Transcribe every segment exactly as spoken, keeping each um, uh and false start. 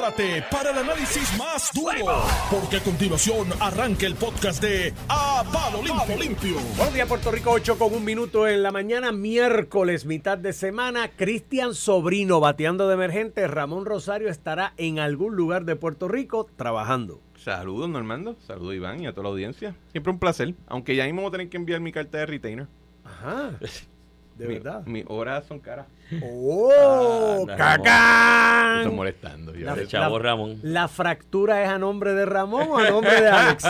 Prepárate para el análisis más duro, porque a continuación arranca el podcast de A Palo Limpio. Limpio. Buenos días, Puerto Rico, ocho con un minuto en la mañana, miércoles, mitad de semana. Cristian Sobrino bateando de emergente. Ramón Rosario estará en algún lugar de Puerto Rico trabajando. Saludos, Normando. Saludos, Iván, y a toda la audiencia. Siempre un placer. Aunque ya mismo voy a tener que enviar mi carta de retainer. Ajá. De mi, verdad. Mis horas son caras. ¡Oh! Ah, ¡Cacán! Estoy molestando. Yo La, el chavo la, Ramón. ¿La fractura es a nombre de Ramón o a nombre de Alex?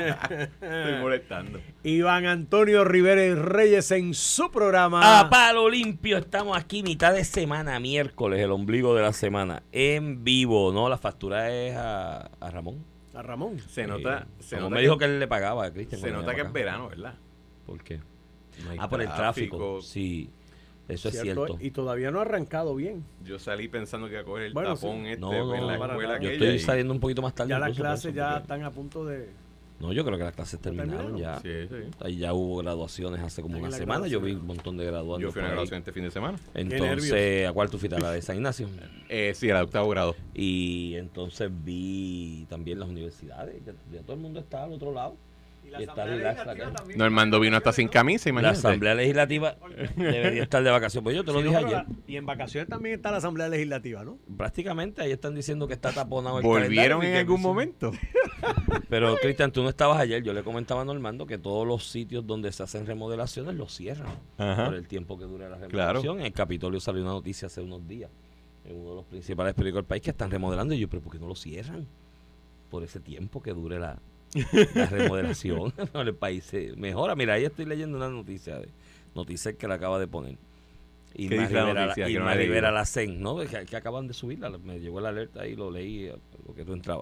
Estoy molestando. Iván Antonio Rivera y Reyes en su programa. A Palo Limpio, estamos aquí mitad de semana, miércoles, el ombligo de la semana, en vivo, ¿no? La factura es a, a Ramón. A Ramón. Se nota. Eh, se Ramón nota me que, dijo que él le pagaba a Cristian. Se nota que es verano, ¿verdad? ¿Por qué? No hay ah, por el tráfico. Sí, eso ¿Cierto? es cierto. Y todavía no ha arrancado bien. Yo salí pensando que iba a coger el bueno, tapón sí. este no, no, en la para escuela. nada. Yo aquella estoy y... saliendo un poquito más tarde. Ya las incluso, clases por eso, ya porque... están a punto de... No, yo creo que las clases terminaron ya. Sí, sí. Ahí ya hubo graduaciones hace como En una la semana. Yo vi graduación. un montón de graduados. Yo fui a una graduación este fin de semana. Entonces, ¿a cuál tú fuiste? ¿A la de San Ignacio? Eh, sí, a la de octavo grado. Y entonces vi también las universidades. Ya, ya todo el mundo está al otro lado. Y la Y está Asamblea relax Legislativa acá. también. Normando vino hasta sin camisa, La imagínate. Asamblea Legislativa debería estar de vacaciones. Pues yo te lo Sí, dije no, pero ayer. la- y en vacaciones también está la Asamblea Legislativa, ¿no? Prácticamente ahí están diciendo que está taponado el ¿Volvieron calendario, en que- algún momento? Pero, Cristian, tú no estabas ayer. Yo le comentaba a Normando que todos los sitios donde se hacen remodelaciones los cierran Ajá. por el tiempo que dura la Claro. remodelación. En el Capitolio salió una noticia hace unos días en uno de los principales periódicos del país que están remodelando. Y yo, ¿pero por qué no lo cierran? Por ese tiempo que dure la, la remodelación. El país se mejora. Mira, ahí estoy leyendo una noticia de noticias que le acaba de poner. ¿Qué Irma dice la Rivera, noticia? Que no Irma la he leído. Rivera Lacén, ¿no? Que, que acaban de subirla. Me llegó la alerta ahí, lo leí, eh, lo que tú entrabas.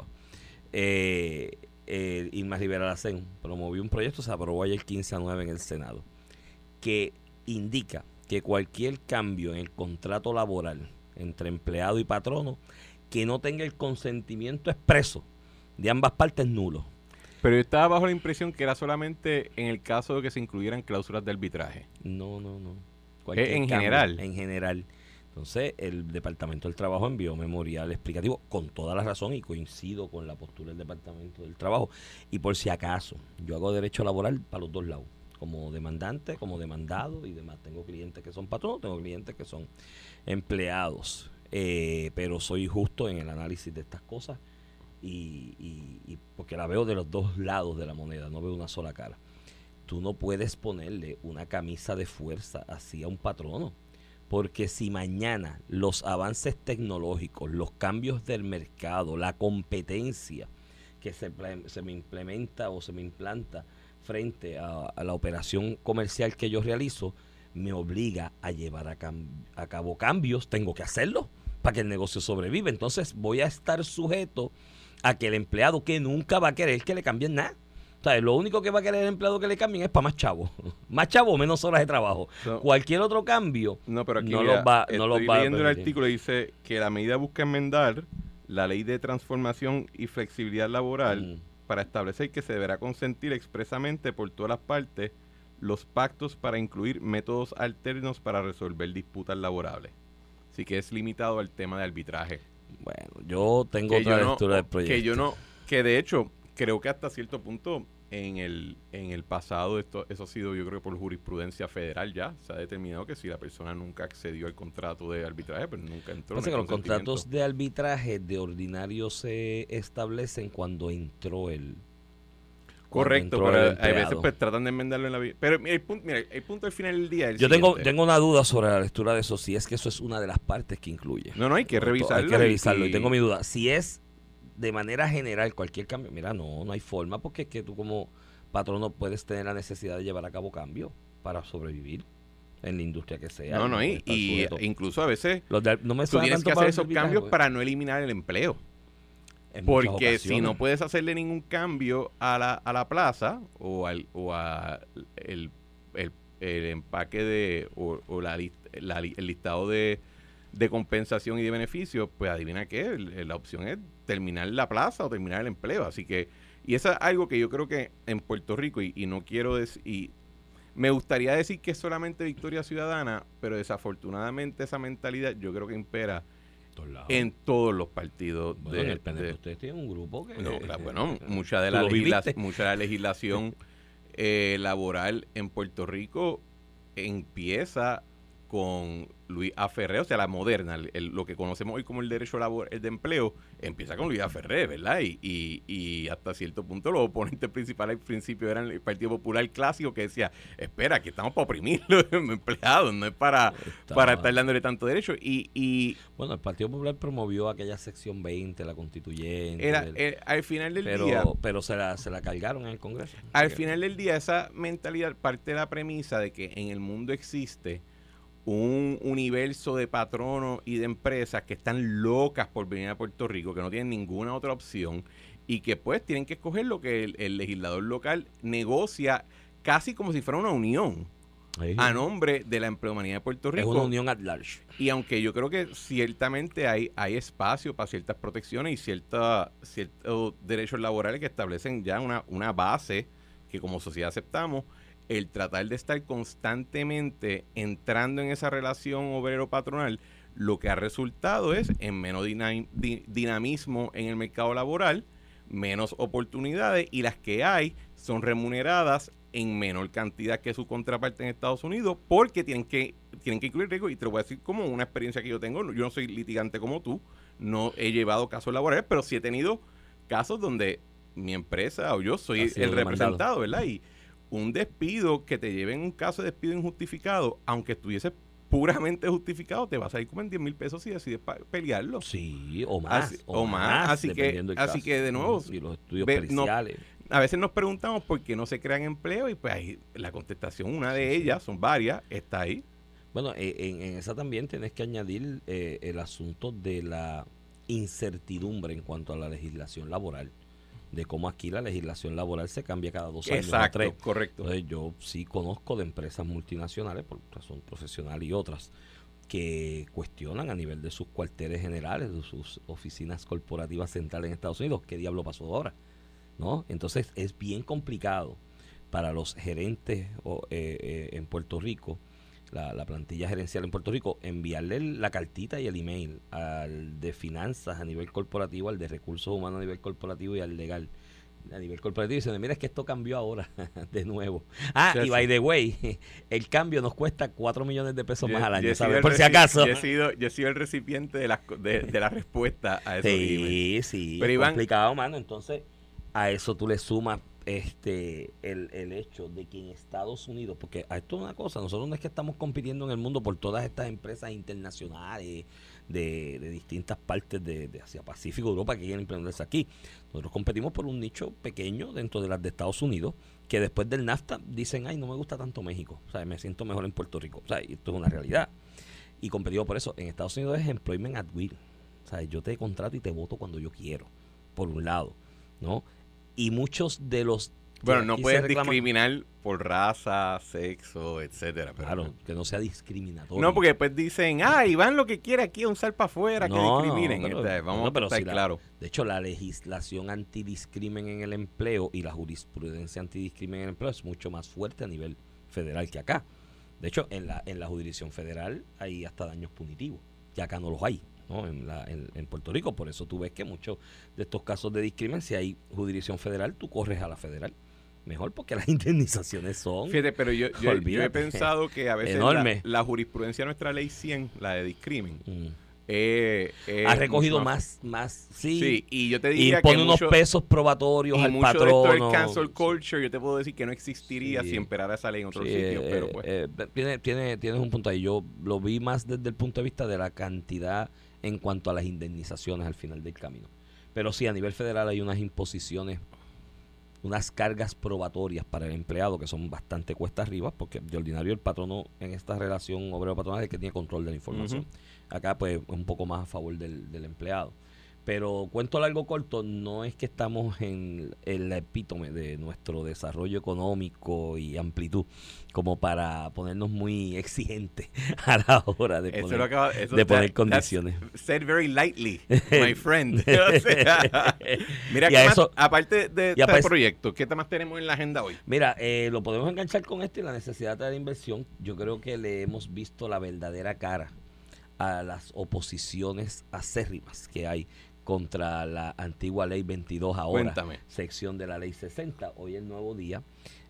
Eh, eh, Irma Rivera Lacén promovió un proyecto, se aprobó ayer quince a nueve en el Senado, que indica que cualquier cambio en el contrato laboral entre empleado y patrono que no tenga el consentimiento expreso de ambas partes es nulo. Pero yo estaba bajo la impresión que era solamente en el caso de que se incluyeran cláusulas de arbitraje. No, no, no. ¿Es en general? En general. Entonces, el Departamento del Trabajo envió memorial explicativo con toda la razón y coincido con la postura del Departamento del Trabajo. Y por si acaso, yo hago derecho laboral para los dos lados, como demandante, como demandado y demás. Tengo clientes que son patronos, tengo clientes que son empleados, eh, pero soy justo en el análisis de estas cosas y, y, y porque la veo de los dos lados de la moneda, no veo una sola cara. Tú no puedes ponerle una camisa de fuerza así a un patrono. Porque si mañana los avances tecnológicos, los cambios del mercado, la competencia que se, se me implementa o se me implanta frente a, a la operación comercial que yo realizo, me obliga a llevar a, cam a cabo cambios, tengo que hacerlo para que el negocio sobreviva. Entonces voy a estar sujeto a que el empleado, que nunca va a querer que le cambien nada. O sea, lo único que va a querer el empleado que le cambien es para más chavo. Más chavo o menos horas de trabajo. No. Cualquier otro cambio No, pero aquí no mira, los va, estoy no los va a leyendo el permitir. artículo y dice que la medida busca enmendar la ley de transformación y flexibilidad laboral Mm. para establecer que se deberá consentir expresamente por todas las partes los pactos para incluir métodos alternos para resolver disputas laborables. Así que es limitado al tema de arbitraje. Bueno, yo tengo Que otra yo no- lectura del proyecto. Que yo no, que de hecho creo que hasta cierto punto en el en el pasado esto eso ha sido, yo creo que por jurisprudencia federal ya se ha determinado que si la persona nunca accedió al contrato de arbitraje, pues nunca entró. Pasa en que el los contratos consentimiento. de arbitraje de ordinario se establecen cuando entró el Correcto, cuando entró el pero a veces empleado. pues tratan de enmendarlo en la vida. Pero mira, el punto, mira, el punto al final del día es el Yo tengo, siguiente. tengo una duda sobre la lectura de eso, si es que eso es una de las partes que incluye. No, no, hay que Correcto, revisarlo. Hay que revisarlo y, y- tengo mi duda. Si es de manera general cualquier cambio, mira, no, no hay forma porque es que tú como patrono puedes tener la necesidad de llevar a cabo cambios para sobrevivir en la industria que sea. No, no, y, estar y sujeto. incluso a veces Los de- no me tú suena tienes tanto que para hacer los esos arbitrajes, cambios porque para no eliminar el empleo. en muchas Porque si no ocasiones. puedes hacerle ningún cambio a la, a la plaza o al o a el, el, el empaque de o, o la, list- la li- el listado de, de compensación y de beneficios, pues adivina qué, el- la opción es terminar la plaza o terminar el empleo. Así que, y eso es algo que yo creo que en Puerto Rico, y, y no quiero decir, y me gustaría decir que es solamente Victoria Ciudadana, pero desafortunadamente esa mentalidad yo creo que impera todos lados. En todos los partidos. Bueno, de, en el P N P de, ustedes tienen un grupo que... no, claro, eh, bueno, eh, mucha de tú la, lo legisla, viviste. mucha de la legislación eh, laboral en Puerto Rico empieza con Luis A. Ferré, o sea, la moderna, el, el, lo que conocemos hoy como el derecho labor, el de empleo, empieza con Luis A. Ferré, ¿verdad? Y, y, y hasta cierto punto los oponentes principales al principio eran el Partido Popular clásico que decía, espera, aquí estamos para oprimir los empleados, no es para, para estar dándole tanto derecho. Y, y bueno, el Partido Popular promovió aquella sección veinte, la constituyente. Era, del, era, al final del pero, día... Pero se la, se la cargaron en el Congreso. Al final del día, esa mentalidad parte de la premisa de que en el mundo existe un universo de patronos y de empresas que están locas por venir a Puerto Rico, que no tienen ninguna otra opción y que pues tienen que escoger lo que el, el legislador local negocia casi como si fuera una unión Sí. a nombre de la empleomanía de Puerto Rico. Es una unión at large. Y aunque yo creo que ciertamente hay, hay espacio para ciertas protecciones y cierta, ciertos derechos laborales que establecen ya una, una base que como sociedad aceptamos, el tratar de estar constantemente entrando en esa relación obrero-patronal, lo que ha resultado es en menos dinam- di- dinamismo en el mercado laboral, menos oportunidades, y las que hay son remuneradas en menor cantidad que su contraparte en Estados Unidos, porque tienen que tienen que incluir riesgo. Y te lo voy a decir como una experiencia que yo tengo. Yo no soy litigante como tú, no he llevado casos laborales, pero sí he tenido casos donde mi empresa o yo soy el representado, ¿verdad? Y un despido que te lleve en un caso de despido injustificado, aunque estuviese puramente justificado, te va a salir como en diez mil pesos si decides pa- pelearlo. Sí, o más. Así, o, o más, así que así que de nuevo, y los estudios ve, periciales. No, a veces nos preguntamos por qué no se crean empleos y pues ahí la contestación, una de sí, ellas, sí. son varias, está ahí. Bueno, en, en esa también tienes que añadir eh, el asunto de la incertidumbre en cuanto a la legislación laboral, de cómo aquí la legislación laboral se cambia cada dos años. Exacto, tres. correcto. Entonces yo sí conozco de empresas multinacionales, por razón profesional y otras, que cuestionan a nivel de sus cuarteles generales, de sus oficinas corporativas centrales en Estados Unidos, ¿qué diablo pasó ahora? ¿No? Entonces es bien complicado para los gerentes o, eh, eh, en Puerto Rico, la, la plantilla gerencial en Puerto Rico, enviarle la cartita y el email al de finanzas a nivel corporativo, al de recursos humanos a nivel corporativo y al legal a nivel corporativo, y dicen, mira, es que esto cambió ahora de nuevo. Ah, sí, y by sí. the way, el cambio nos cuesta cuatro millones de pesos yo, más al año, ¿sabes? Por si acaso. Yo he, sido, yo he sido el recipiente de la, de, de la respuesta a eso. Sí, sí, pero es Iván, complicado, mano. Entonces, a eso tú le sumas este el, el hecho de que en Estados Unidos, porque esto es una cosa, nosotros no es que estamos compitiendo en el mundo por todas estas empresas internacionales de, de distintas partes de, de Asia Pacífico, Europa, que quieren emprenderse aquí. Nosotros competimos por un nicho pequeño dentro de las de Estados Unidos, que después del NAFTA dicen, ay, no me gusta tanto México, o sea, me siento mejor en Puerto Rico, o sea, y esto es una realidad. Y competimos por eso. En Estados Unidos es employment at will, o sea, yo te contrato y te voto cuando yo quiero, por un lado, ¿no? Y muchos de los... Bueno, no puedes discriminar por raza, sexo, etcétera. Pero claro, que no sea discriminatorio. No, porque después dicen, ah, Iván lo que quiere aquí es un sal para afuera, no, que discriminen. No, pero, este, vamos no, pero a estar si la, claro. De hecho, la legislación antidiscrimen en el empleo y la jurisprudencia antidiscrimen en el empleo es mucho más fuerte a nivel federal que acá. De hecho, en la, en la jurisdicción federal hay hasta daños punitivos, que acá no los hay. ¿no? En, la, en, en Puerto Rico, por eso tú ves que muchos de estos casos de discrimen, si hay jurisdicción federal, tú corres a la federal, mejor porque las indemnizaciones son, fíjate, pero yo, yo, yo he pensado que a veces la, la jurisprudencia de nuestra ley cien, la de discrimen, mm. eh, eh, ha recogido más, más, sí, sí, y yo te diría impone que unos mucho, pesos probatorios y al mucho patrono. De esto del cancel culture, yo te puedo decir que no existiría sí, si imperara esa ley en otros sí, sitios, eh, pero pues. Eh, tiene, tiene, tienes un punto ahí, yo lo vi más desde el punto de vista de la cantidad en cuanto a las indemnizaciones al final del camino. Pero sí, a nivel federal hay unas imposiciones, unas cargas probatorias para el empleado que son bastante cuesta arriba, porque de ordinario el patrono en esta relación obrero-patronal es el que tiene control de la información. Uh-huh. Acá pues un poco más a favor del, del empleado. Pero cuento largo corto, no es que estamos en el epítome de nuestro desarrollo económico y amplitud como para ponernos muy exigentes a la hora de poner, acaba, de that, poner condiciones. Said very lightly, my friend. O sea, mira, ¿qué eso, más, aparte de este aparte, proyecto, ¿qué temas tenemos en la agenda hoy? Mira, eh, lo podemos enganchar con esto y la necesidad de la inversión. Yo creo que le hemos visto la verdadera cara a las oposiciones acérrimas que hay contra la antigua ley veintidós ahora, Cuéntame. sección de la ley sesenta. Hoy el Nuevo Día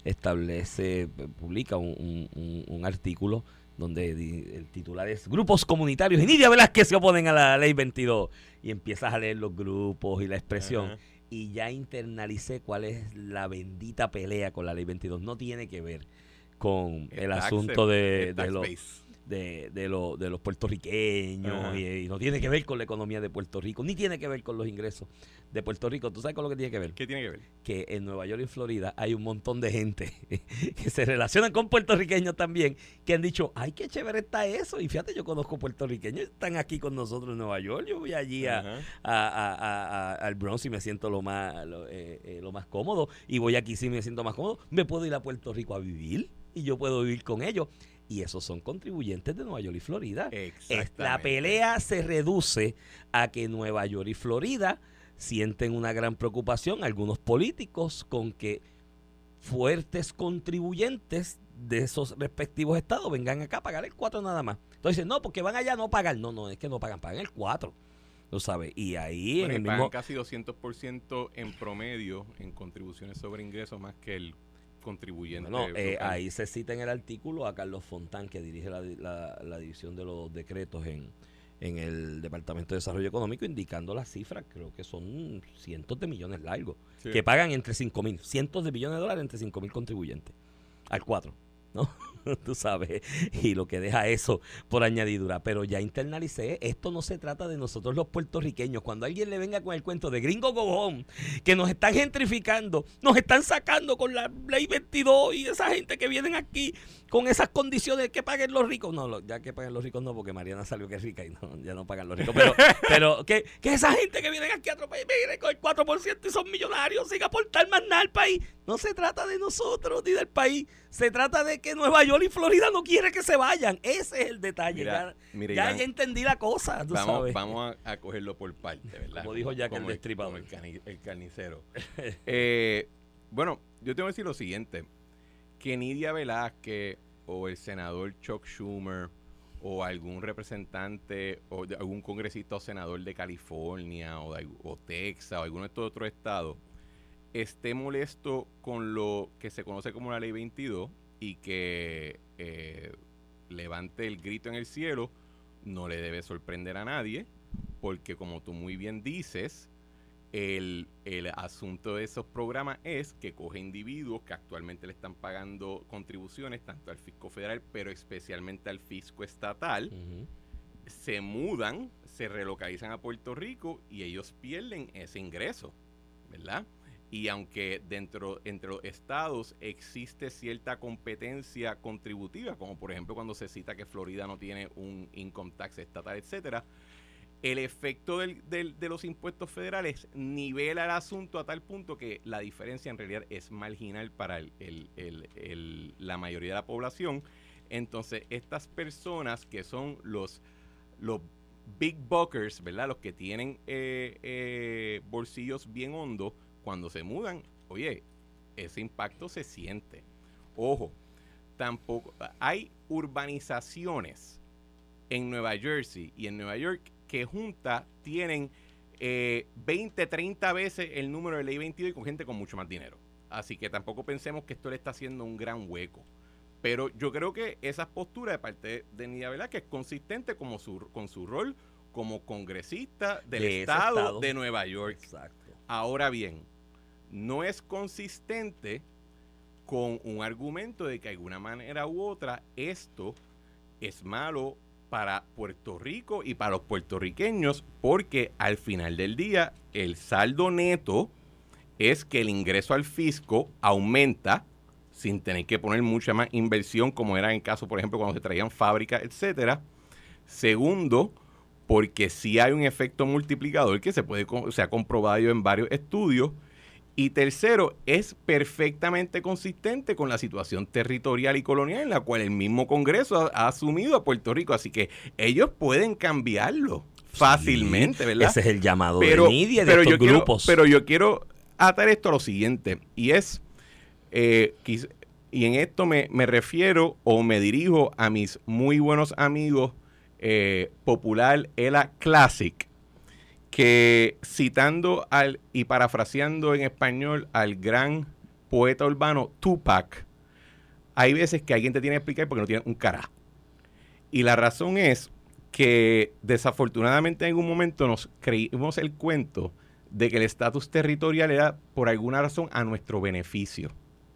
establece, publica un, un, un artículo donde di, el titular es Grupos comunitarios y Nidia Velázquez se oponen a la ley veintidós. Y empiezas a leer los grupos y la expresión. Uh-huh. Y ya internalicé cuál es la bendita pelea con la ley veintidós. No tiene que ver con el, el asunto de, de los... De, de, lo, de los puertorriqueños y, y no tiene que ver con la economía de Puerto Rico, ni tiene que ver con los ingresos de Puerto Rico. ¿Tú sabes con lo que tiene que ver? ¿Qué tiene que ver? Que en Nueva York y Florida hay un montón de gente que se relacionan con puertorriqueños también, que han dicho, ay, qué chévere está eso. Y fíjate, yo conozco puertorriqueños, están aquí con nosotros en Nueva York. Yo voy allí a, uh-huh. a, a, a, a, al Bronx y me siento lo más, lo, eh, eh, lo más cómodo. Y voy aquí sí me siento más cómodo. Me puedo ir a Puerto Rico a vivir y yo puedo vivir con ellos. Y esos son contribuyentes de Nueva York y Florida. Exactamente. La pelea se reduce a que Nueva York y Florida sienten una gran preocupación, algunos políticos, con que fuertes contribuyentes de esos respectivos estados vengan acá a pagar el cuatro nada más. Entonces, no, porque van allá a no pagar. No, no, es que no pagan, pagan el cuatro. ¿Lo sabes? Y ahí bueno, en el pagan mismo... casi doscientos por ciento en promedio en contribuciones sobre ingresos más que el contribuyente. Bueno, eh, ahí se cita en el artículo a Carlos Fontán, que dirige la, la, la división de los decretos en, en el Departamento de Desarrollo Económico, indicando las cifras, creo que son cientos de millones largos, sí. que pagan entre cinco mil, cientos de millones de dólares entre cinco mil contribuyentes, al cuatro, ¿no? Tú sabes, y lo que deja eso por añadidura. Pero ya internalicé, esto no se trata de nosotros los puertorriqueños. Cuando alguien le venga con el cuento de gringo go home, que nos están gentrificando, nos están sacando con la ley veintidós y esa gente que vienen aquí con esas condiciones que paguen los ricos. No, ya que paguen los ricos no, porque Mariana salió que es rica y no, ya no pagan los ricos. Pero, pero que, que esa gente que vienen aquí a otro país, mire, con el cuatro por ciento y son millonarios, sin aportar más nada al país. No se trata de nosotros ni del país. Se trata de que Nueva York y Florida no quiere que se vayan. Ese es el detalle. Mira, ya mira, ya, Iván, ya entendí la cosa, tú vamos, sabes. Vamos a, a cogerlo por parte, ¿verdad? Como dijo Jack, como el destripador. El, cani, el carnicero. eh, bueno, yo tengo que decir lo siguiente. Que Nidia Velázquez o el senador Chuck Schumer o algún representante o de, algún congresista o senador de California o, de, o Texas o alguno de estos otros estados esté molesto con lo que se conoce como la ley veintidós y que eh, levante el grito en el cielo, no le debe sorprender a nadie, porque como tú muy bien dices, el, el asunto de esos programas es que coge individuos que actualmente le están pagando contribuciones tanto al fisco federal, pero especialmente al fisco estatal, uh-huh. se mudan, se relocalizan a Puerto Rico y ellos pierden ese ingreso, ¿verdad? Y aunque dentro entre los estados existe cierta competencia contributiva, como por ejemplo cuando se cita que Florida no tiene un income tax estatal, etcétera, el efecto del, del, de los impuestos federales nivela el asunto a tal punto que la diferencia en realidad es marginal para el, el, el, el, la mayoría de la población. Entonces, estas personas que son los, los big buckers, ¿verdad? Los que tienen eh, eh, bolsillos bien hondos, cuando se mudan, oye, ese impacto se siente. Ojo, tampoco hay urbanizaciones en Nueva Jersey y en Nueva York que juntas tienen eh, veinte, treinta veces el número de ley veintidós y con gente con mucho más dinero. Así que tampoco pensemos que esto le está haciendo un gran hueco. Pero yo creo que esa postura de parte de Nidia Velázquez es consistente como su, con su rol como congresista del de estado, estado de Nueva York. Exacto. Ahora bien, no es consistente con un argumento de que de alguna manera u otra esto es malo para Puerto Rico y para los puertorriqueños, porque al final del día el saldo neto es que el ingreso al fisco aumenta sin tener que poner mucha más inversión, como era en el caso, por ejemplo, cuando se traían fábricas, etcétera. Segundo, porque sí hay un efecto multiplicador que se puede se ha comprobado en varios estudios. Y tercero, es perfectamente consistente con la situación territorial y colonial en la cual el mismo Congreso ha, ha asumido a Puerto Rico. Así que ellos pueden cambiarlo fácilmente, sí, ¿verdad? Ese es el llamado pero, de Nidia de pero estos yo quiero, grupos. Pero yo quiero atar esto a lo siguiente, y es, eh, y en esto me, me refiero o me dirijo a mis muy buenos amigos eh, popular era Classic, que citando al y parafraseando en español al gran poeta urbano Tupac, hay veces que alguien te tiene que explicar porque no tiene un carajo. Y la razón es que desafortunadamente en algún momento nos creímos el cuento de que el estatus territorial era por alguna razón a nuestro beneficio.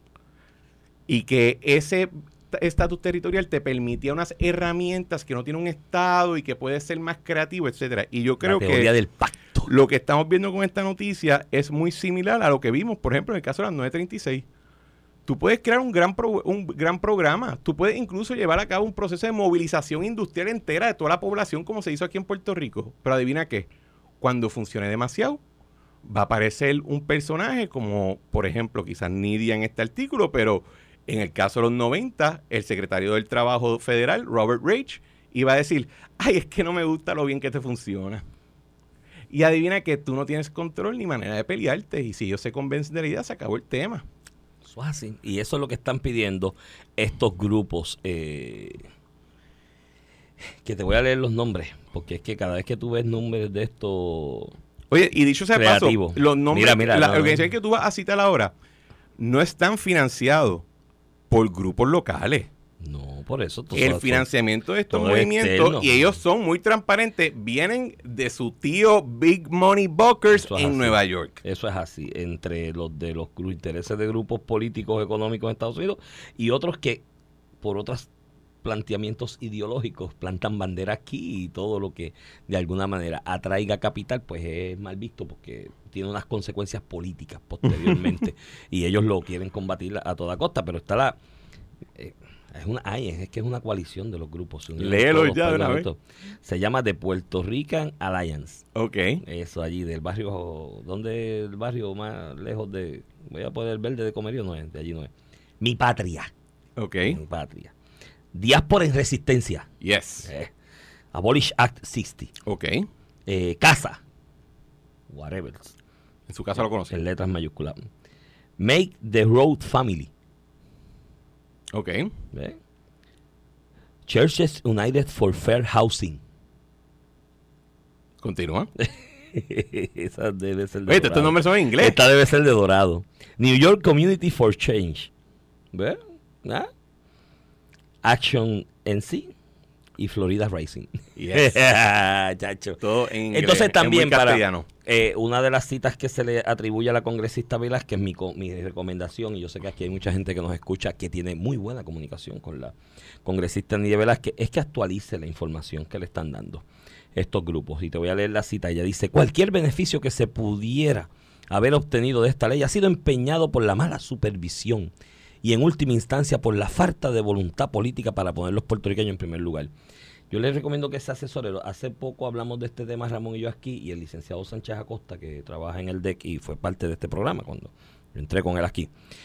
Y que ese estatus territorial te permitía unas herramientas que no tiene un Estado y que puede ser más creativo, etcétera. Y yo creo la teoría que del pacto. Lo que estamos viendo con esta noticia es muy similar a lo que vimos, por ejemplo, en el caso de las nueve treinta y seis. Tú puedes crear un gran, pro, un gran programa. Tú puedes incluso llevar a cabo un proceso de movilización industrial entera de toda la población como se hizo aquí en Puerto Rico. Pero adivina qué, cuando funcione demasiado, va a aparecer un personaje como, por ejemplo, quizás Nidia en este artículo, pero en el caso de los noventa, el secretario del Trabajo Federal, Robert Reich, iba a decir, ay, es que no me gusta lo bien que te funciona. Y adivina que tú no tienes control ni manera de pelearte. Y si ellos se convencen de la idea, se acabó el tema. Eso es así. Y eso es lo que están pidiendo estos grupos. Eh, que te voy a leer los nombres, porque es que cada vez que tú ves nombres de estos... Oye, y dicho sea de paso, los nombres, mira, mira, la no, organización no. que tú vas a citar ahora no están financiados por grupos locales. No, por eso. El financiamiento de estos todo movimientos, externo. y ellos son muy transparentes, vienen de su tío Big Money Buckers Eso es en así. Nueva York. Eso es así, entre los de los gru- intereses de grupos políticos económicos en Estados Unidos y otros que por otros planteamientos ideológicos plantan bandera aquí, y todo lo que de alguna manera atraiga capital pues es mal visto porque tiene unas consecuencias políticas posteriormente y ellos lo quieren combatir a toda costa, pero está la... Eh, es una ay, es que es una coalición de los grupos. Se unieron Léelo todos ya de una parlamentos. Se llama The Puerto Rican Alliance. Ok. Eso allí del barrio, ¿dónde el barrio más lejos de, voy a poner verde de Comerío? No es, de allí no es. Mi Patria. Ok. Mi Patria. Diáspora en Resistencia. Yes. Eh, Abolish Act sesenta. Ok. Eh, Casa. Whatever. En su casa lo conocí. En letras mayúsculas. Make the Road Family. Ok. ¿Ve? Churches United for Fair Housing. Continúa. Esa debe ser de Oye, Dorado. estos nombres son en inglés. Esta debe ser de Dorado. New York Community for Change. ¿Ve? ¿Ah? Action N C y Florida Rising. Yes. Chacho. Todo en inglés. Entonces es también muy para castellano. eh, una de las citas que se le atribuye a la congresista Velázquez, mi, co- mi recomendación, y yo sé que aquí hay mucha gente que nos escucha que tiene muy buena comunicación con la congresista Nidia Velázquez, es que actualice la información que le están dando estos grupos. Y te voy a leer la cita. Ella dice: cualquier beneficio que se pudiera haber obtenido de esta ley ha sido empeñado por la mala supervisión y en última instancia por la falta de voluntad política para poner los puertorriqueños en primer lugar. Yo les recomiendo que se asesore. Hace poco hablamos de este tema Ramón y yo aquí, y el licenciado Sánchez Acosta, que trabaja en el D E C y fue parte de este programa cuando yo entré con él aquí,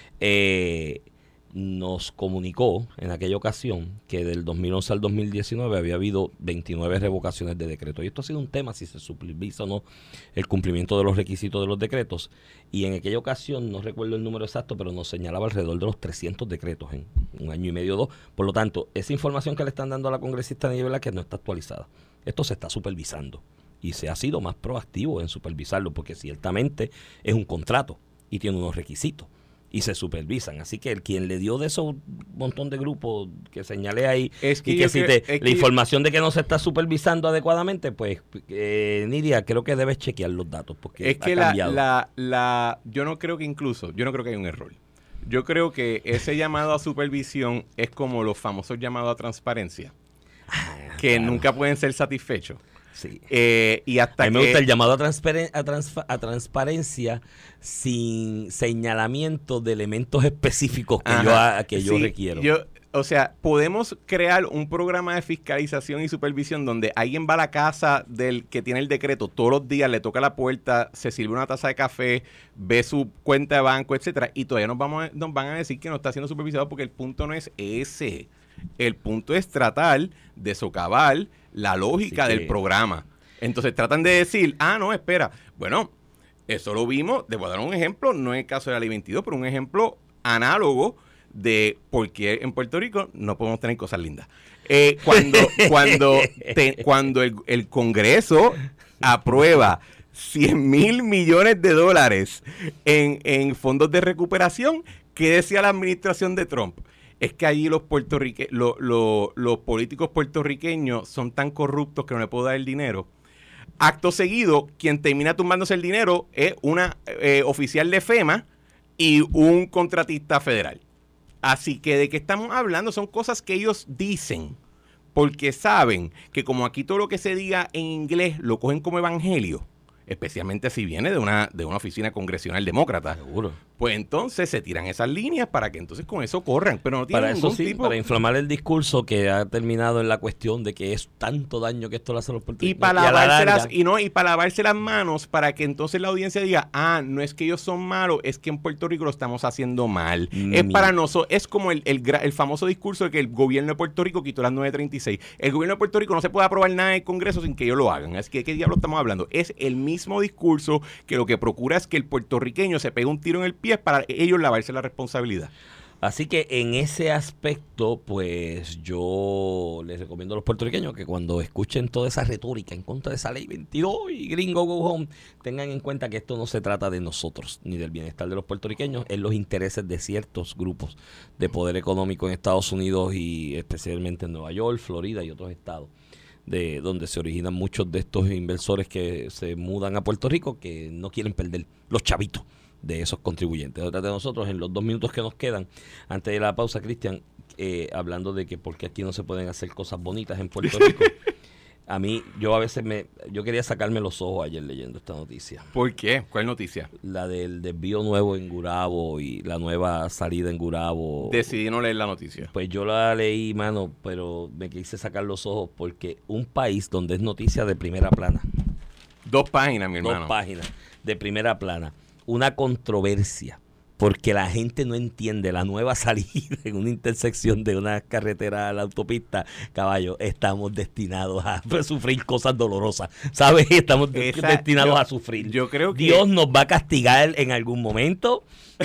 eh, nos comunicó en aquella ocasión que del dos mil once al dos mil diecinueve había habido veintinueve revocaciones de decretos. Y esto ha sido un tema, si se supervisa o no el cumplimiento de los requisitos de los decretos. Y en aquella ocasión, no recuerdo el número exacto, pero nos señalaba alrededor de los trescientos decretos en un año y medio o dos. Por lo tanto, esa información que le están dando a la congresista Nidia Velázquez no está actualizada. Esto se está supervisando y se ha sido más proactivo en supervisarlo, porque ciertamente es un contrato y tiene unos requisitos y se supervisan. Así que el quien le dio de esos montón de grupos que señalé ahí, Es que y yo que si creo- te, es que la yo- información de que no se está supervisando adecuadamente, pues eh, Nidia, creo que debes chequear los datos porque Es ha que la, cambiado. la, la, yo no creo que incluso, yo no creo que hay un error. Yo creo que ese llamado a supervisión es como los famosos llamados a transparencia, que claro. nunca pueden ser satisfechos. Sí. Eh, y hasta A mí me que- gusta el llamado a, transparen- a, transfa- a transparencia sin señalamiento de elementos específicos que Ajá. yo, a- que yo Sí, requiero. yo- o sea, podemos crear un programa de fiscalización y supervisión donde alguien va a la casa del que tiene el decreto todos los días, le toca la puerta, se sirve una taza de café, ve su cuenta de banco, etcétera, y todavía nos, vamos a- nos van a decir que no está siendo supervisado porque el punto no es ese. El punto es tratar de socavar la lógica Así que- del programa. Entonces tratan de decir, ah, no, espera, bueno, eso lo vimos, te voy a dar un ejemplo, no en el caso de la ley veintidós, pero un ejemplo análogo de por qué en Puerto Rico no podemos tener cosas lindas. Eh, cuando cuando, te, cuando el, el Congreso aprueba cien mil millones de dólares en, en fondos de recuperación, ¿qué decía la administración de Trump? Es que allí los puertorrique lo, lo, los políticos puertorriqueños son tan corruptos que no le puedo dar el dinero. Acto seguido, quien termina tumbándose el dinero es una eh, oficial de FEMA y un contratista federal. Así que de qué estamos hablando son cosas que ellos dicen, porque saben que como aquí todo lo que se diga en inglés lo cogen como evangelio, especialmente si viene de una, de una oficina congresional demócrata. Seguro. Pues entonces se tiran esas líneas para que entonces con eso corran, pero no tienen para ningún eso sí, tipo... para inflamar el discurso que ha terminado en la cuestión de que es tanto daño que esto le hace a los Y puertorriqueños. para a la lavarse las, larga, y no, y para lavarse las manos para que entonces la audiencia diga, ah, no es que ellos son malos, es que en Puerto Rico lo estamos haciendo mal. Mm. Es para nosotros, es como el, el, gra- el famoso discurso de que el gobierno de Puerto Rico quitó las nueve treinta y seis. El gobierno de Puerto Rico no se puede aprobar nada en el Congreso sin que ellos lo hagan. Así que, ¿de qué diablo estamos hablando? Es el mismo discurso que lo que procura es que el puertorriqueño se pegue un tiro en el pie para ellos lavarse la responsabilidad. Así que en ese aspecto, pues yo les recomiendo a los puertorriqueños que cuando escuchen toda esa retórica en contra de esa ley veintidós y gringo go home, tengan en cuenta que esto no se trata de nosotros ni del bienestar de los puertorriqueños, es los intereses de ciertos grupos de poder económico en Estados Unidos y especialmente en Nueva York, Florida y otros estados, de donde se originan muchos de estos inversores que se mudan a Puerto Rico, que no quieren perder los chavitos de esos contribuyentes. Otra de nosotros, en los dos minutos que nos quedan, antes de la pausa, Cristian, eh, hablando de que porque aquí no se pueden hacer cosas bonitas en Puerto Rico, a mí, yo a veces me, yo quería sacarme los ojos ayer leyendo esta noticia. ¿Por qué? ¿Cuál noticia? La del desvío nuevo en Gurabo y la nueva salida en Gurabo. Decidí no leer la noticia. Pues yo la leí, mano, pero me quise sacar los ojos porque un país donde es noticia de primera plana. Dos páginas, mi hermano. Dos páginas de primera plana. Una controversia porque la gente no entiende la nueva salida en una intersección de una carretera a la autopista. Caballo, estamos destinados a sufrir cosas dolorosas, ¿sabes? Estamos Esa, destinados yo, a sufrir. Yo creo que Dios nos va a castigar en algún momento.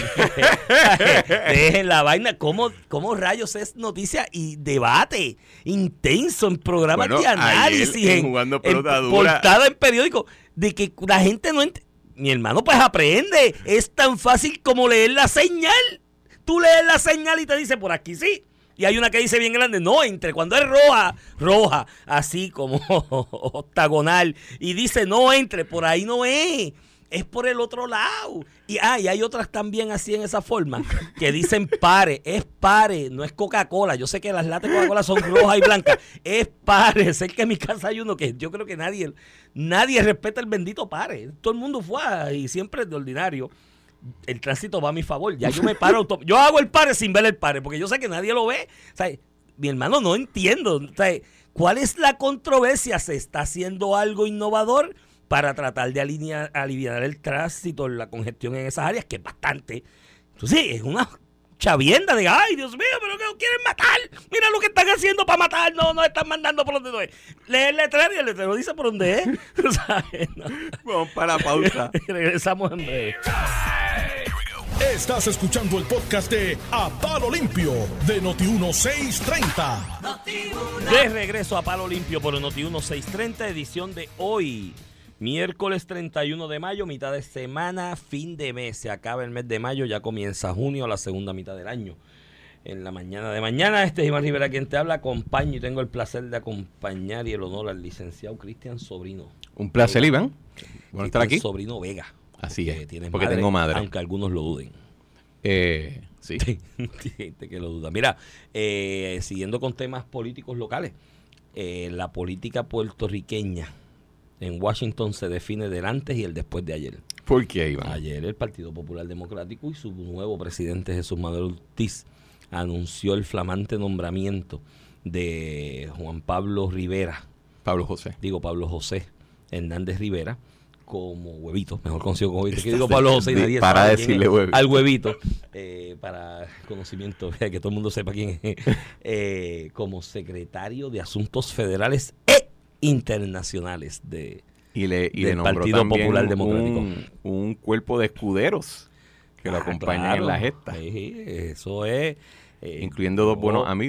Dejen la vaina. ¿Cómo, ¿Cómo rayos es noticia y debate intenso en programas Bueno, de análisis, ayer, en en, Jugando en Pelota Dura, portada en periódico, de que la gente no entiende? Mi hermano, pues aprende. Es tan fácil como leer la señal. Tú lees la señal y te dice por aquí sí. Y hay una que dice bien grande, no entre. Cuando es roja, roja, así como octagonal. Y dice no entre, por ahí no es. Es por el otro lado. Y, ah, y hay otras también así en esa forma, que dicen pare, es pare, no es Coca-Cola. Yo sé que las latas de Coca-Cola son rojas y blancas. Es pare. Sé que en mi casa hay uno que yo creo que nadie, nadie respeta el bendito pare. Todo el mundo fue y siempre es de ordinario. El tránsito va a mi favor. Ya yo me paro. Auto, yo hago el pare sin ver el pare, porque yo sé que nadie lo ve. O sea, mi hermano, no entiendo. O sea, ¿cuál es la controversia? ¿Se está haciendo algo innovador para tratar de alinear, aliviar el tránsito, la congestión en esas áreas, que es bastante? Entonces, es una chavienda de, ay, Dios mío, pero que nos quieren matar. Mira lo que están haciendo para matar. No, nos están mandando por donde no es. Lee el letrero y el letrero dice por dónde es. ¿Sabes? No. Vamos para la pausa. Regresamos en breve. Estás escuchando el podcast de A Palo Limpio de Noti uno seiscientos treinta. De regreso a Palo Limpio por Noti uno seiscientos treinta, edición de hoy. Miércoles treinta y uno de mayo, mitad de semana, fin de mes. Se acaba el mes de mayo, ya comienza junio, la segunda mitad del año. En la mañana de mañana, este es Iván Rivera quien te habla. Acompaño y tengo el placer de acompañar y el honor al licenciado Cristian Sobrino. Un placer, Vega. Iván. Bueno, estar aquí. Sobrino Vega. Así es, tienes porque madre, tengo madre. Aunque algunos lo duden. Eh, sí. Hay gente que lo duda. Mira, eh, siguiendo con temas políticos locales, eh, la política puertorriqueña en Washington se define del antes y el después de ayer. ¿Por qué, Iván? Ayer el Partido Popular Democrático y su nuevo presidente Jesús Manuel Ortiz anunció el flamante nombramiento de Juan Pablo Rivera. Pablo José. Digo Pablo José Hernández Rivera como Huevito, mejor conocido como Huevito. Que digo Pablo José y nadie para sabe decirle quién es. Huevito. Al Huevito, eh, para conocimiento, que todo el mundo sepa quién es, eh, como secretario de Asuntos Federales e Internacionales de Y le, y del le nombró Partido también Popular Democrático. Un, un cuerpo de escuderos que lo Ah, acompañan claro. en la gesta, Sí, eso es. eh, incluyendo dos yo- buenos amigos.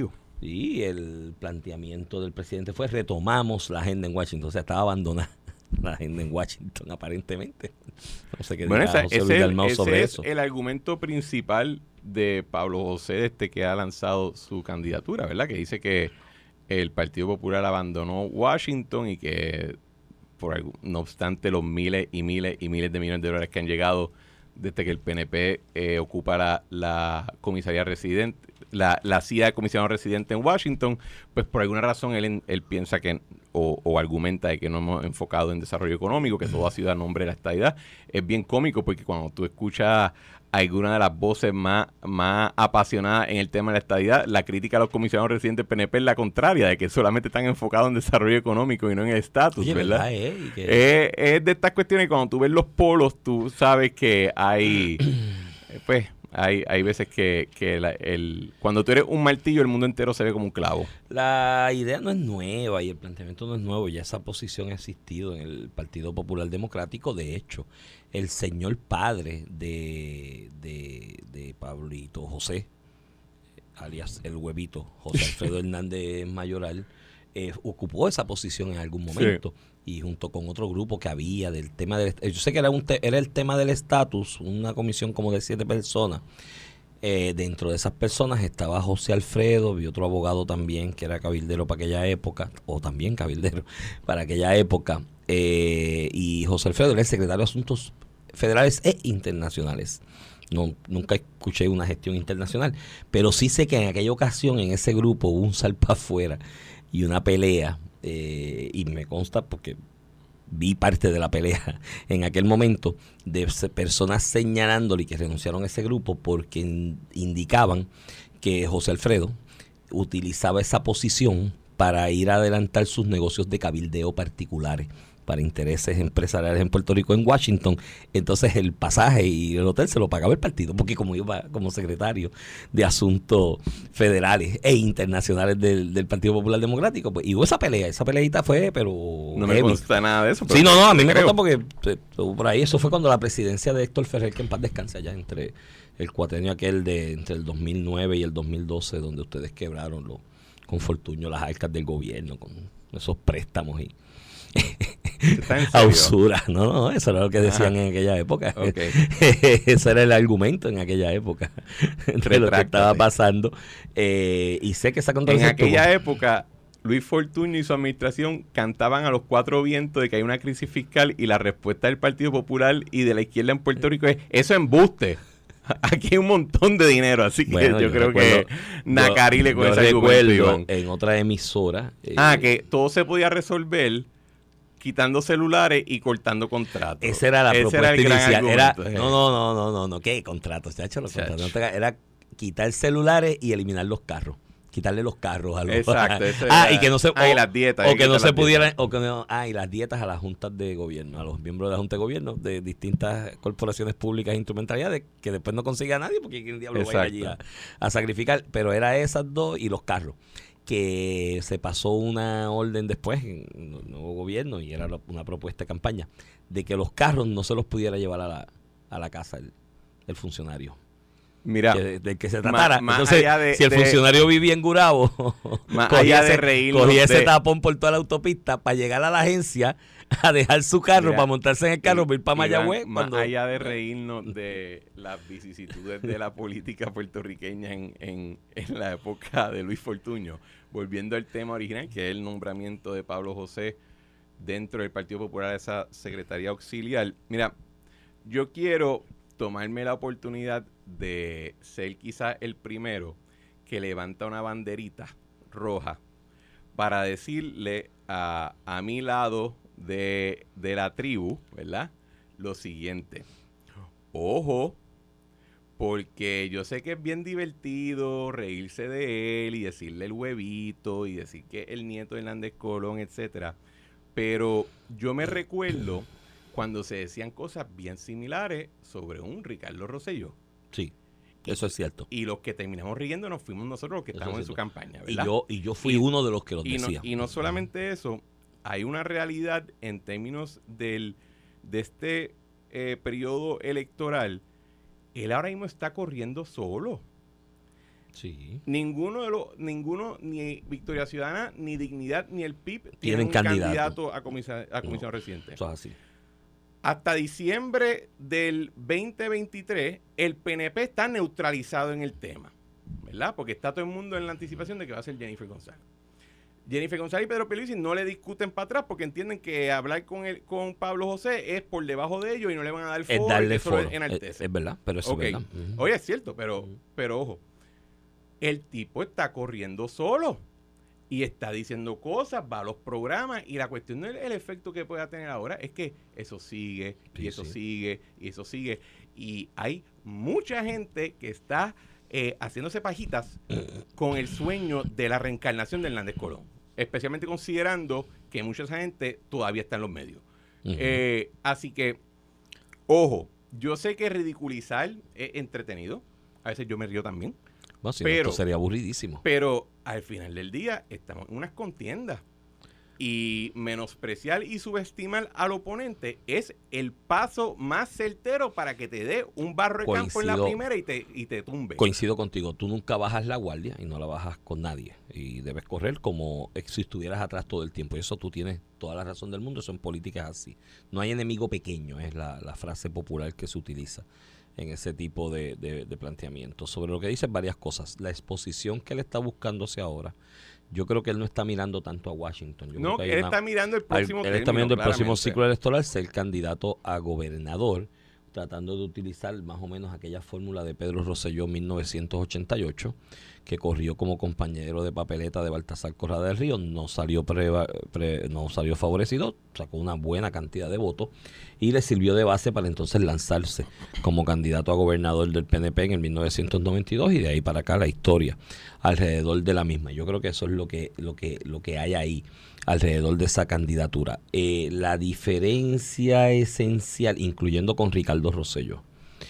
Y el planteamiento del presidente fue retomamos la agenda en Washington. O sea, estaba abandonada la agenda en Washington, aparentemente. No sé qué bueno, diga esa, José ese, Luis el, Dalmau ese sobre es eso. el argumento principal de Pablo José desde que ha lanzado su candidatura, ¿verdad? Que dice que el Partido Popular abandonó Washington y que, por algo, no obstante los miles y miles y miles de millones de dólares que han llegado desde que el P N P eh, ocupa la, la comisaría residente, la, la silla de comisionado residente en Washington, pues por alguna razón él, él piensa que, o, o argumenta de que no hemos enfocado en desarrollo económico, que todo ha sido a nombre de la estadidad. Es bien cómico porque cuando tú escuchas alguna de las voces más, más apasionadas en el tema de la estadidad, la crítica a los comisionados residentes del P N P es la contraria, de que solamente están enfocados en desarrollo económico y no en el estatus, ¿verdad? ¿verdad? Eh, y que... Es, es de estas cuestiones, cuando tú ves los polos, tú sabes que hay, pues, hay, hay veces que, que la, el, cuando tú eres un martillo, el mundo entero se ve como un clavo. La idea no es nueva y el planteamiento no es nuevo. Ya esa posición ha existido en el Partido Popular Democrático. De hecho, el señor padre de, de, de Pablito José, alias el huevito, José Alfredo Hernández Mayoral, eh, ocupó esa posición en algún momento. Sí. Y junto con otro grupo que había del tema del... Yo sé que era, un te, era el tema del estatus, una comisión como de siete personas. Eh, dentro de esas personas estaba José Alfredo y otro abogado también que era cabildero para aquella época, o también cabildero para aquella época. Eh, y José Alfredo era el secretario de Asuntos Federales e Internacionales. No, nunca escuché una gestión internacional, pero sí sé que en aquella ocasión en ese grupo hubo un salpa afuera y una pelea. Eh, y me consta porque vi parte de la pelea en aquel momento de personas señalándole que renunciaron a ese grupo porque in, indicaban que José Alfredo utilizaba esa posición para ir a adelantar sus negocios de cabildeo particulares para intereses empresariales en Puerto Rico, en Washington. Entonces el pasaje y el hotel se lo pagaba el partido, porque como iba como secretario de Asuntos Federales e Internacionales del, del Partido Popular Democrático, pues y hubo esa pelea, esa peleita fue, pero no me consta nada de eso. Sí, no, no, a mí me consta porque eh, por ahí eso fue cuando la presidencia de Héctor Ferrer, que en paz descanse, allá entre el cuatrenio aquel de entre el dos mil nueve y el dos mil doce, donde ustedes quebraron lo, con Fortuño las arcas del gobierno, con esos préstamos y a usura. No, no, eso era lo que decían Ajá. en aquella época. Okay. Ese era el argumento en aquella época entre lo que estaba pasando. Eh, y sé que esa controversia en aquella tuvo... época Luis Fortuño y su administración cantaban a los cuatro vientos de que hay una crisis fiscal y la respuesta del Partido Popular y de la izquierda en Puerto Rico es eso es embuste. Aquí hay un montón de dinero, así que bueno, yo, yo creo recuerdo, que Nacarile con ese argumento. En otra emisora. Eh, ah, que todo se podía resolver quitando celulares y cortando contratos. Esa era la Ese propuesta era inicial. Era, no, no, no, no, no, no, ¿qué contratos? Chacho, los contratos. Era quitar celulares y eliminar los carros. Quitarle los carros a los Exacto. ah, y que no se ah, y las dietas, o que no se pudieran o que no, ah, y las dietas a las juntas de gobierno, a los miembros de la junta de gobierno de distintas corporaciones públicas e instrumentalidades que después no consigue a nadie porque el diablo va allí a, a sacrificar, pero era esas dos y los carros. Que se pasó una orden después en el nuevo gobierno y era una propuesta de campaña de que los carros no se los pudiera llevar a la, a la casa el, el funcionario. Mira, que, de que se tratara. Más, Entonces, más de, si el de, funcionario vivía en Gurabo, más cogía, allá de ese, cogía ese de, tapón por toda la autopista para llegar a la agencia a dejar su carro, mira, para montarse en el carro, para ir para Mayagüez. Más cuando, allá de reírnos de las vicisitudes de la política puertorriqueña en, en, en la época de Luis Fortuño, volviendo al tema original, que es el nombramiento de Pablo José dentro del Partido Popular de esa secretaría auxiliar. Mira, yo quiero tomarme la oportunidad de ser quizás el primero que levanta una banderita roja para decirle a, a mi lado de, de la tribu, ¿verdad? Lo siguiente. Ojo, porque yo sé que es bien divertido reírse de él y decirle el huevito y decir que el nieto de Hernández Colón, etcétera. Pero yo me recuerdo cuando se decían cosas bien similares sobre un Ricardo Rosselló. Sí, eso es cierto. Y los que terminamos riendo nos fuimos nosotros los que estábamos en su campaña, ¿verdad? Y yo, y yo fui y, uno de los que los y decía. No, y no solamente eso, hay una realidad en términos del de este eh, periodo electoral. Él ahora mismo está corriendo solo. Sí. Ninguno de los, ninguno, ni Victoria Ciudadana, ni Dignidad, ni el P I B tienen, Tienen un candidato. candidato a comisión, a comisión No, residente. Eso es así. Hasta diciembre del veinte veintitrés, el P N P está neutralizado en el tema, ¿verdad? Porque está todo el mundo en la anticipación de que va a ser Jennifer González. Jennifer González y Pedro Pierluisi no le discuten para atrás porque entienden que hablar con el, con Pablo José es por debajo de ellos y no le van a dar foro. Es darle y eso foro. lo Es, enaltece. es verdad, pero eso Ok. es verdad. Uh-huh. Oye, es cierto, pero, Uh-huh. pero ojo, el tipo está corriendo solo y está diciendo cosas, va a los programas y la cuestión del el efecto que pueda tener ahora es que eso sigue y Sí, eso sí. sigue y eso sigue y hay mucha gente que está eh, haciéndose pajitas con el sueño de la reencarnación de Hernández Colón, especialmente considerando que mucha esa gente todavía está en los medios. Uh-huh. Eh, así que, ojo, yo sé que ridiculizar es entretenido, a veces yo me río también, Bueno, si no, pero- esto sería aburridísimo. pero al final del día estamos en unas contiendas y menospreciar y subestimar al oponente es el paso más certero para que te dé un barro de campo en la Coincido. primera y te, y te tumbe. Coincido contigo, tú nunca bajas la guardia y no la bajas con nadie. Y debes correr como si estuvieras atrás todo el tiempo. Y eso tú tienes toda la razón del mundo, son políticas así. No hay enemigo pequeño, es la, la frase popular que se utiliza en ese tipo de, de, de planteamientos. Sobre lo que dicen varias cosas. La exposición que él está buscándose ahora, yo creo que él no está mirando tanto a Washington. Yo no, creo que hay él una- está mirando el Al- próximo él está término, viendo el próximo claramente. ciclo electoral ser candidato a gobernador, tratando de utilizar más o menos aquella fórmula de Pedro Rosselló en mil novecientos ochenta y ocho, que corrió como compañero de papeleta de Baltasar Corrada del Río, no salió preva- pre- no salió favorecido, sacó una buena cantidad de votos y le sirvió de base para entonces lanzarse como candidato a gobernador del P N P en el mil novecientos noventa y dos y de ahí para acá la historia alrededor de la misma. Yo creo que eso es lo que lo que lo que hay ahí alrededor de esa candidatura. Eh, la diferencia esencial, incluyendo con Ricardo Rosselló,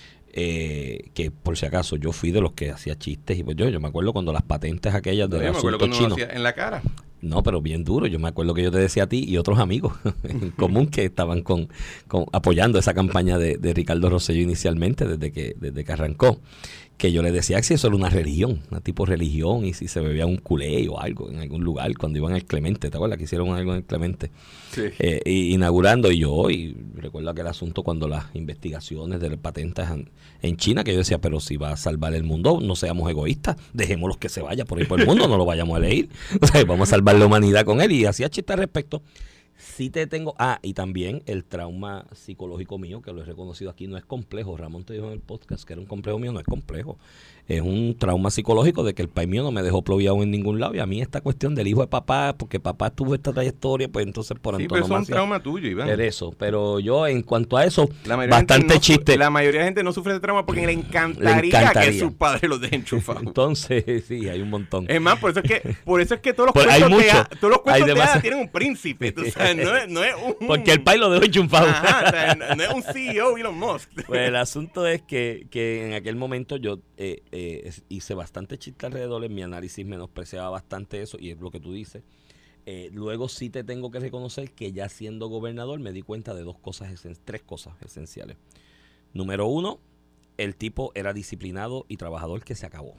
eh, que por si acaso yo fui de los que hacía chistes y pues yo, yo me acuerdo cuando las patentes aquellas No, del yo me acuerdo asunto cuando uno chino. lo hacía en la cara. No, pero bien duro. Yo me acuerdo que yo te decía a ti y otros amigos en común que estaban con, con apoyando esa campaña de, de Ricardo Rosselló inicialmente, desde que, desde que arrancó, que yo le decía que si eso era una religión, una tipo religión, y si se bebía un culé o algo en algún lugar cuando iban al Clemente, ¿te acuerdas que hicieron algo en el Clemente? Sí. Eh, y- inaugurando, y yo, y recuerdo aquel asunto cuando las investigaciones de las patentes en, en China, que yo decía, pero si va a salvar el mundo, no seamos egoístas, dejémoslos que se vaya por ahí por el mundo, no lo vayamos a elegir, o sea, vamos a salvar la humanidad con él, y hacía chistes al respecto. Sí te tengo, ah, y también el trauma psicológico mío, que lo he reconocido aquí, no es complejo. Ramón te dijo en el podcast que era un complejo mío, no es complejo. Es un trauma psicológico de que el país mío no me dejó ploviado en ningún lado. Y a mí esta cuestión del hijo de papá, porque papá tuvo esta trayectoria, pues entonces por Sí, pero eso es un antonomasia trauma tuyo, Iván. era eso. Pero yo, en cuanto a eso, La mayoría de gente bastante no su- chiste. La mayoría de gente no sufre de trauma porque le encantaría, Le encantaría. que sus padres los dejen enchufados. Entonces, sí, hay un montón. Es más, por eso es que, por eso es que todos los Pues hay cuentos de mucho. ha- todos los Hay cuentos de hadas demasiado. tienen un príncipe. Tú sabes, no es, no es un. Porque el país lo dejó enchufado. Ajá, o sea, no, no es un C E O Elon Musk. Pues el asunto es que, que en aquel momento yo eh, eh, es- hice bastante chiste alrededor, en mi análisis menospreciaba bastante eso, y es lo que tú dices. Eh, luego sí te tengo que reconocer que ya siendo gobernador me di cuenta de dos cosas, esen- tres cosas esenciales. Número uno, el tipo era disciplinado y trabajador, que se acabó.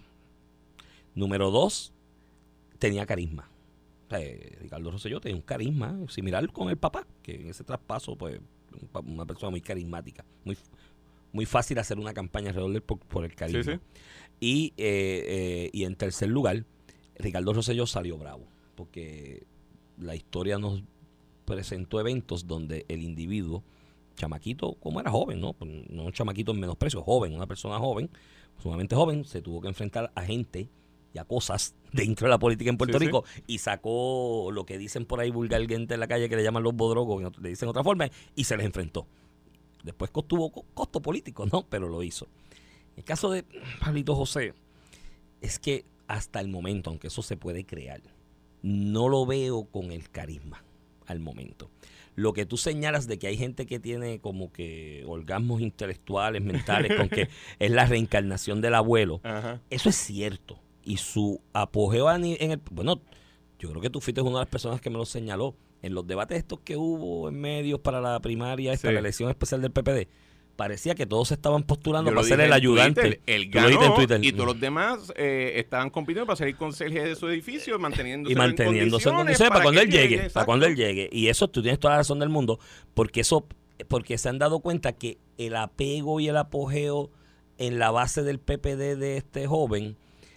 Número dos, tenía carisma. O sea, eh, Ricardo Rosselló tenía un carisma similar con el papá, que en ese traspaso, pues, un pa- una persona muy carismática, muy muy fácil hacer una campaña alrededor de él por, por el carisma. Sí, sí. Y, eh, eh, y en tercer lugar, Ricardo Rosselló salió bravo, porque la historia nos presentó eventos donde el individuo, chamaquito, como era joven, ¿no? No un chamaquito en menosprecio, joven, una persona joven, sumamente joven, se tuvo que enfrentar a gente y a cosas dentro de la política en Puerto Sí, sí. Rico, y sacó lo que dicen por ahí vulgarmente en la calle, que le llaman los bodrogos, le dicen otra forma, y se les enfrentó. Después tuvo co- costo político, ¿no? Pero lo hizo. El caso de Pablito José es que hasta el momento, aunque eso se puede crear, no lo veo con el carisma al momento. Lo que tú señalas de que hay gente que tiene como que orgasmos intelectuales, mentales, con que es la reencarnación del abuelo, Ajá. eso es cierto. Y su apogeo a ni- en el... Bueno, yo creo que tú fuiste una de las personas que me lo señaló. En los debates estos que hubo en medios para la primaria, esta, Sí. la elección especial del P P D, parecía que todos se estaban postulando Yo para lo ser dije el en ayudante. Twitter, él Tú lo dijiste en ganó Twitter. y todos los demás eh, estaban compitiendo para ser el conserje de su edificio, manteniéndose y manteniéndose en condiciones para, para cuando él llegue, llegue para cuando él llegue. Y eso tú tienes toda la razón del mundo, porque eso, porque se han dado cuenta que el apego y el apogeo en la base del P P D de este joven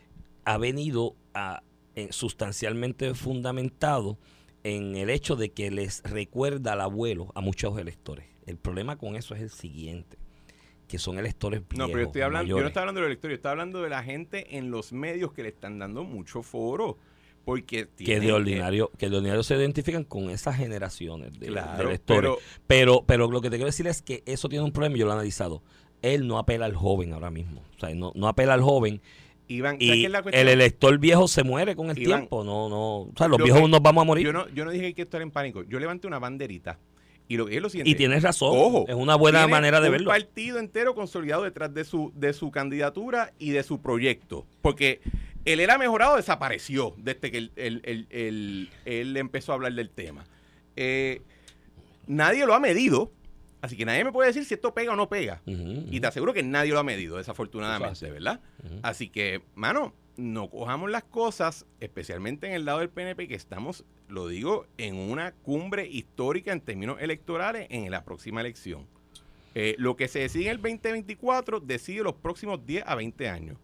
ha venido a, eh, sustancialmente fundamentado en el hecho de que les recuerda al abuelo a muchos electores. El problema con eso es el siguiente, que son electores viejos. No, pero yo estoy hablando, mayores. yo no estoy hablando de los electores, yo estoy hablando de la gente en los medios que le están dando mucho foro. Porque que de ordinario que, que de ordinario se identifican con esas generaciones de, claro, de electores. Pero, pero, pero lo que te quiero decir es que eso tiene un problema y yo lo he analizado. Él no apela al joven ahora mismo. O sea, no, no apela al joven. Iván, y es la cuestión? el elector viejo se muere con el Iván, tiempo. No, no. O sea, los Lo viejos que- nos vamos a morir. Yo no, yo no dije que hay que estar en pánico. Yo levanté una banderita. Y lo que es lo siguiente. Y tienes razón. Ojo, es una buena tiene manera de un verlo. partido entero consolidado detrás de su, de su candidatura y de su proyecto. Porque él era mejorado, desapareció desde que él, él- él- él- él empezó a hablar del tema. Eh, nadie lo ha medido. Así que nadie me puede decir si esto pega o no pega. Ujú, ujú. Y te aseguro que nadie lo ha medido, desafortunadamente, Eso es así. ¿verdad? Ujú. Así que, mano, no cojamos las cosas, especialmente en el lado del P N P, que estamos, lo digo, en una cumbre histórica en términos electorales en la próxima elección. Eh, lo que se decide en el veinte veinticuatro decide los próximos diez a veinte años.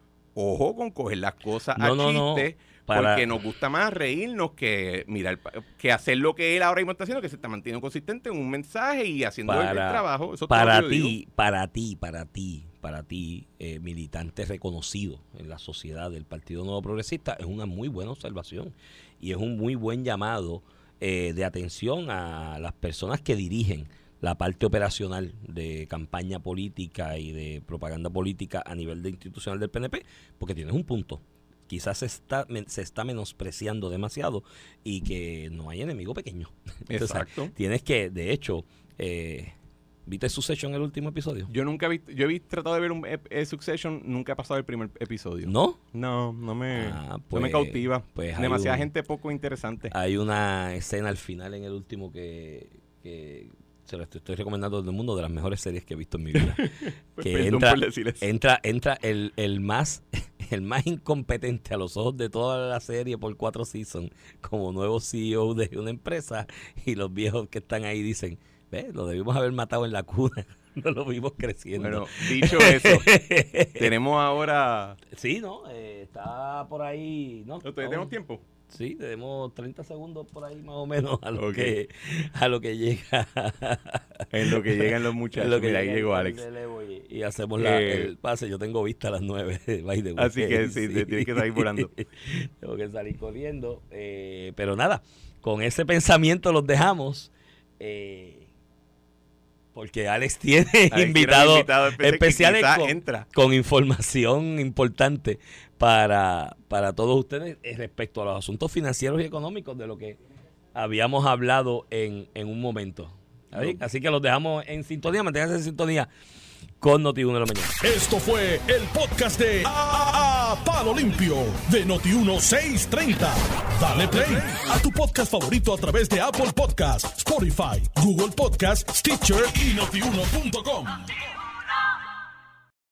Ojo con coger las cosas No, a no, no. chiste, Para- porque nos gusta más reírnos que mirar, que hacer lo que él ahora mismo está haciendo, que se está manteniendo consistente en un mensaje y haciendo el- el, Para- trabajo. Eso es todo Para lo que yo ti, digo. para ti, para ti, para ti, eh, militante reconocido en la sociedad del Partido Nuevo Progresista, es una muy buena observación y es un muy buen llamado eh, de atención a las personas que dirigen la parte operacional de campaña política y de propaganda política a nivel de institucional del P N P, porque tienes un punto. Quizás se está, men- se está menospreciando demasiado y que no hay enemigo pequeño. Entonces, Exacto. tienes que, de hecho, eh, ¿viste Succession el último episodio? Yo nunca he visto, yo he visto- tratado de ver un ep- eh, Succession, nunca he pasado el primer episodio. ¿No? No, no me, Ah, no pues- me cautiva. pues hay Demasiada un- gente poco interesante. Hay una escena al final en el último que, que se lo estoy, estoy recomendando a todo el mundo, de las mejores series que he visto en mi vida. Pues que perdón entra, por decir eso. entra, entra el, el más el más incompetente a los ojos de toda la serie por cuatro seasons como nuevo C E O de una empresa, y los viejos que están ahí dicen, ve, lo debimos haber matado en la cuna. No lo vimos creciendo. Bueno, dicho eso, tenemos ahora... Sí, ¿no? Eh, está por ahí. ¿no? ¿Todavía tenemos tiempo? Sí, tenemos treinta segundos por ahí más o menos a lo Ok. que a lo que llega. En lo que llegan los muchachos. en lo que Mira, ahí llega llegó el Alex. relevo y, y hacemos la, Eh, el pase. Yo tengo vista a las nueve. By the way. Así que sí, te tienes que salir volando. Tengo que salir corriendo. eh, pero nada, con ese pensamiento los dejamos. Eh, porque Alex tiene Alex invitado, tiene un invitado especial que especiales quizá con, entra. con información importante para, para todos ustedes eh, respecto a los asuntos financieros y económicos de lo que habíamos hablado en, en un momento. ¿Así? Así que los dejamos en sintonía, manténganse en sintonía con Noti uno de la mañana. Esto fue el podcast de A, A Palo Limpio de Noti uno seiscientos treinta. Dale play a tu podcast favorito a través de Apple Podcasts, Spotify, Google Podcasts, Stitcher y notiuno punto com.